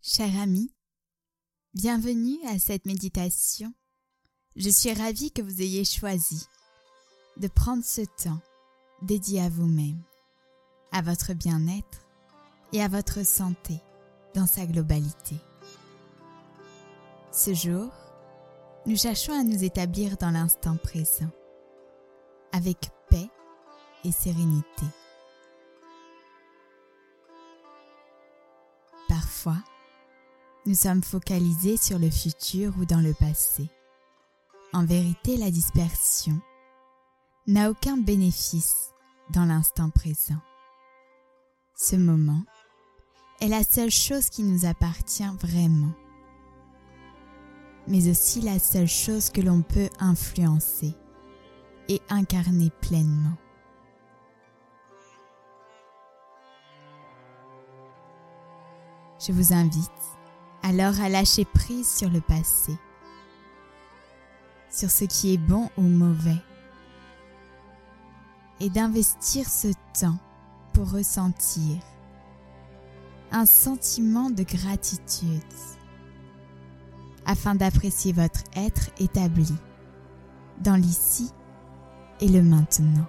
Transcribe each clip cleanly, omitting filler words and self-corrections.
Cher ami, bienvenue à cette méditation. Je suis ravie que vous ayez choisi de prendre ce temps dédié à vous-même, à votre bien-être et à votre santé dans sa globalité. Ce jour, nous cherchons à nous établir dans l'instant présent, avec paix et sérénité. Parfois, nous sommes focalisés sur le futur ou dans le passé. En vérité, la dispersion n'a aucun bénéfice dans l'instant présent. Ce moment est la seule chose qui nous appartient vraiment, mais aussi la seule chose que l'on peut influencer et incarner pleinement. Je vous invite alors à lâcher prise sur le passé, sur ce qui est bon ou mauvais, et d'investir ce temps pour ressentir un sentiment de gratitude afin d'apprécier votre être établi dans l'ici et le maintenant.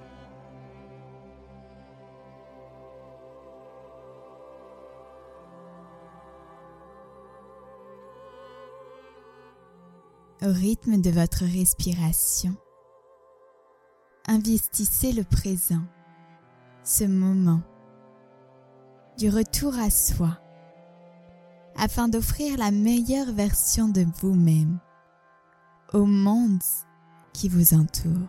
Au rythme de votre respiration, investissez le présent, ce moment du retour à soi, afin d'offrir la meilleure version de vous-même au monde qui vous entoure.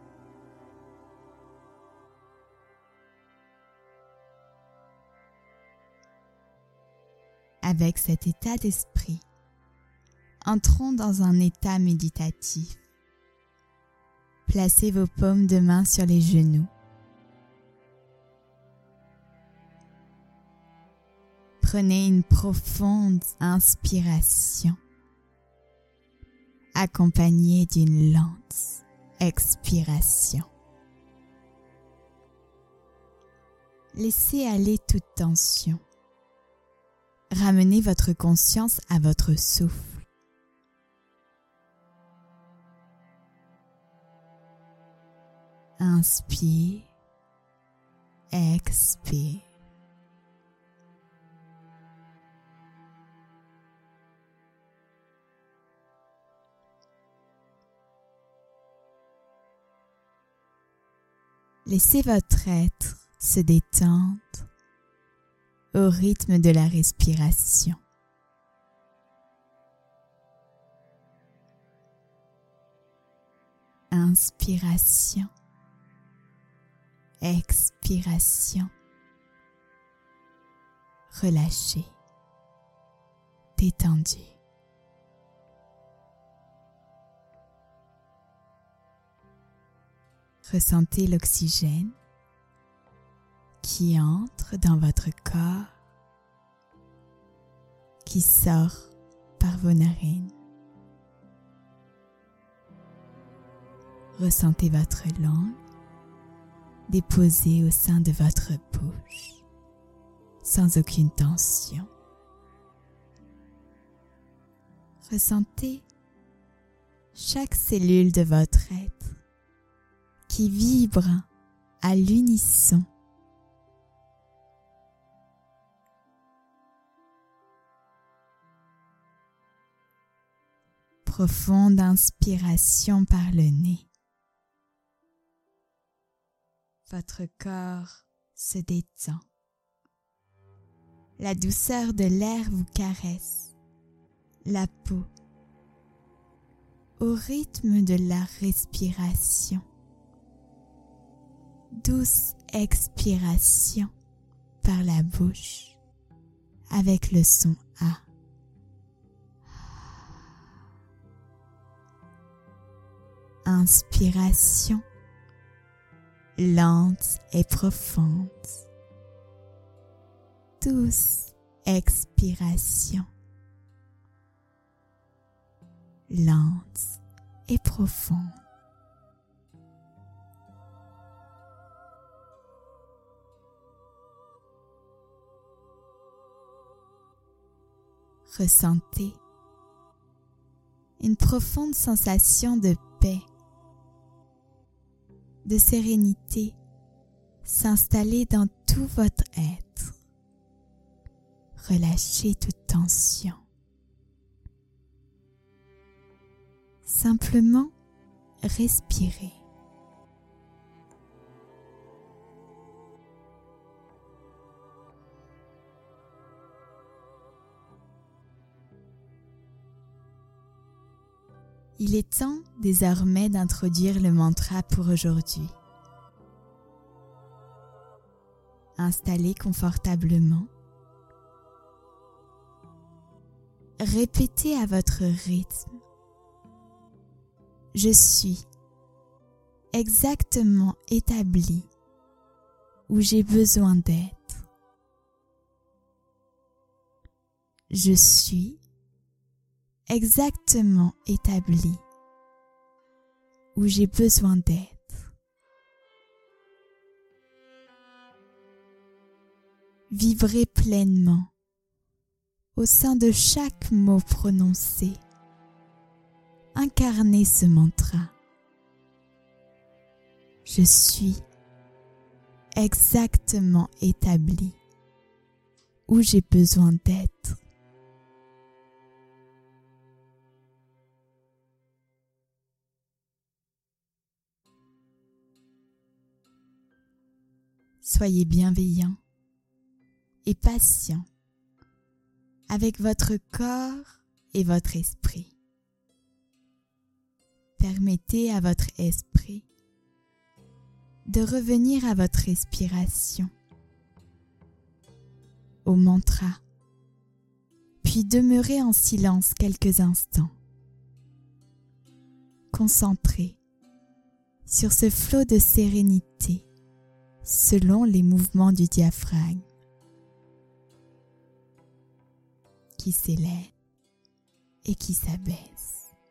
Avec cet état d'esprit, entrons dans un état méditatif. Placez vos paumes de main sur les genoux. Prenez une profonde inspiration, accompagnée d'une lente expiration. Laissez aller toute tension. Ramenez votre conscience à votre souffle. Inspire, expire. Laissez votre être se détendre au rythme de la respiration. Inspiration. Expiration. Relâchez, détendu. Ressentez l'oxygène qui entre dans votre corps, qui sort par vos narines. Ressentez votre langue déposée au sein de votre bouche, sans aucune tension. Ressentez chaque cellule de votre être qui vibre à l'unisson. Profonde inspiration par le nez. Votre corps se détend. La douceur de l'air vous caresse la peau au rythme de la respiration. Douce expiration par la bouche avec le son A. Inspiration lente et profonde. Douce expiration lente et profonde. ressentez une profonde sensation de paix, de sérénité s'installer dans tout votre être. Relâchez toute tension. Simplement respirez. Il est temps désormais d'introduire le mantra pour aujourd'hui. Installez confortablement. Répétez à votre rythme. Je suis exactement établi où j'ai besoin d'être. Je suis exactement établi où j'ai besoin d'être. Vivrez pleinement au sein de chaque mot prononcé. Incarnez ce mantra. Je suis exactement établi où j'ai besoin d'être. Soyez bienveillant et patient avec votre corps et votre esprit. Permettez à votre esprit de revenir à votre respiration, au mantra, puis demeurez en silence quelques instants. Concentrez sur ce flot de sérénité selon les mouvements du diaphragme qui s'élève et qui s'abaisse.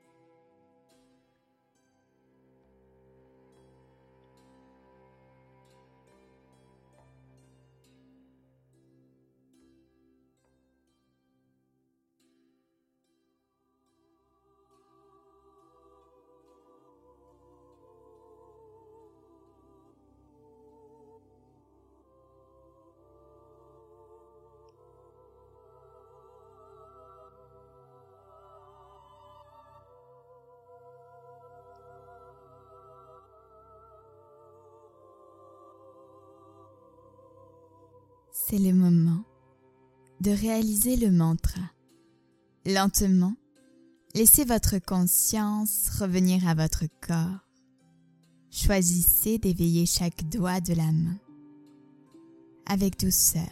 C'est le moment de réaliser le mantra. Lentement, laissez votre conscience revenir à votre corps. Choisissez d'éveiller chaque doigt de la main avec douceur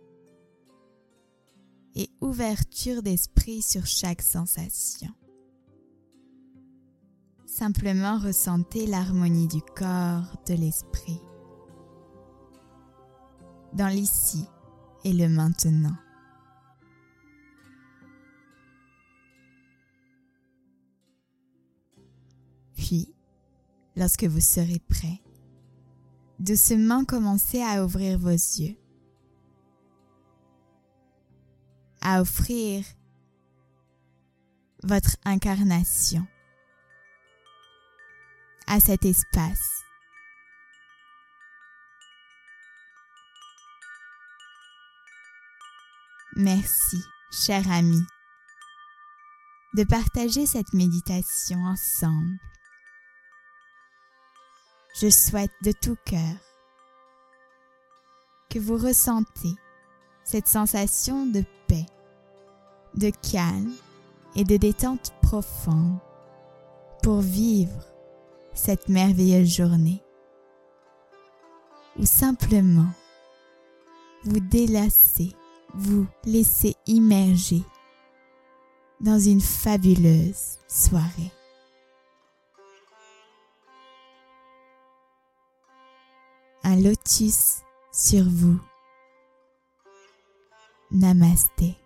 et ouverture d'esprit sur chaque sensation. Simplement ressentez l'harmonie du corps, de l'esprit, dans l'ici et le maintenant. Puis, lorsque vous serez prêt, doucement commencez à ouvrir vos yeux, à offrir votre incarnation à cet espace. Merci, cher ami, de partager cette méditation ensemble. Je souhaite de tout cœur que vous ressentez cette sensation de paix, de calme et de détente profonde pour vivre cette merveilleuse journée, ou simplement vous délasser, vous laisser immerger dans une fabuleuse soirée. Un lotus sur vous. Namasté.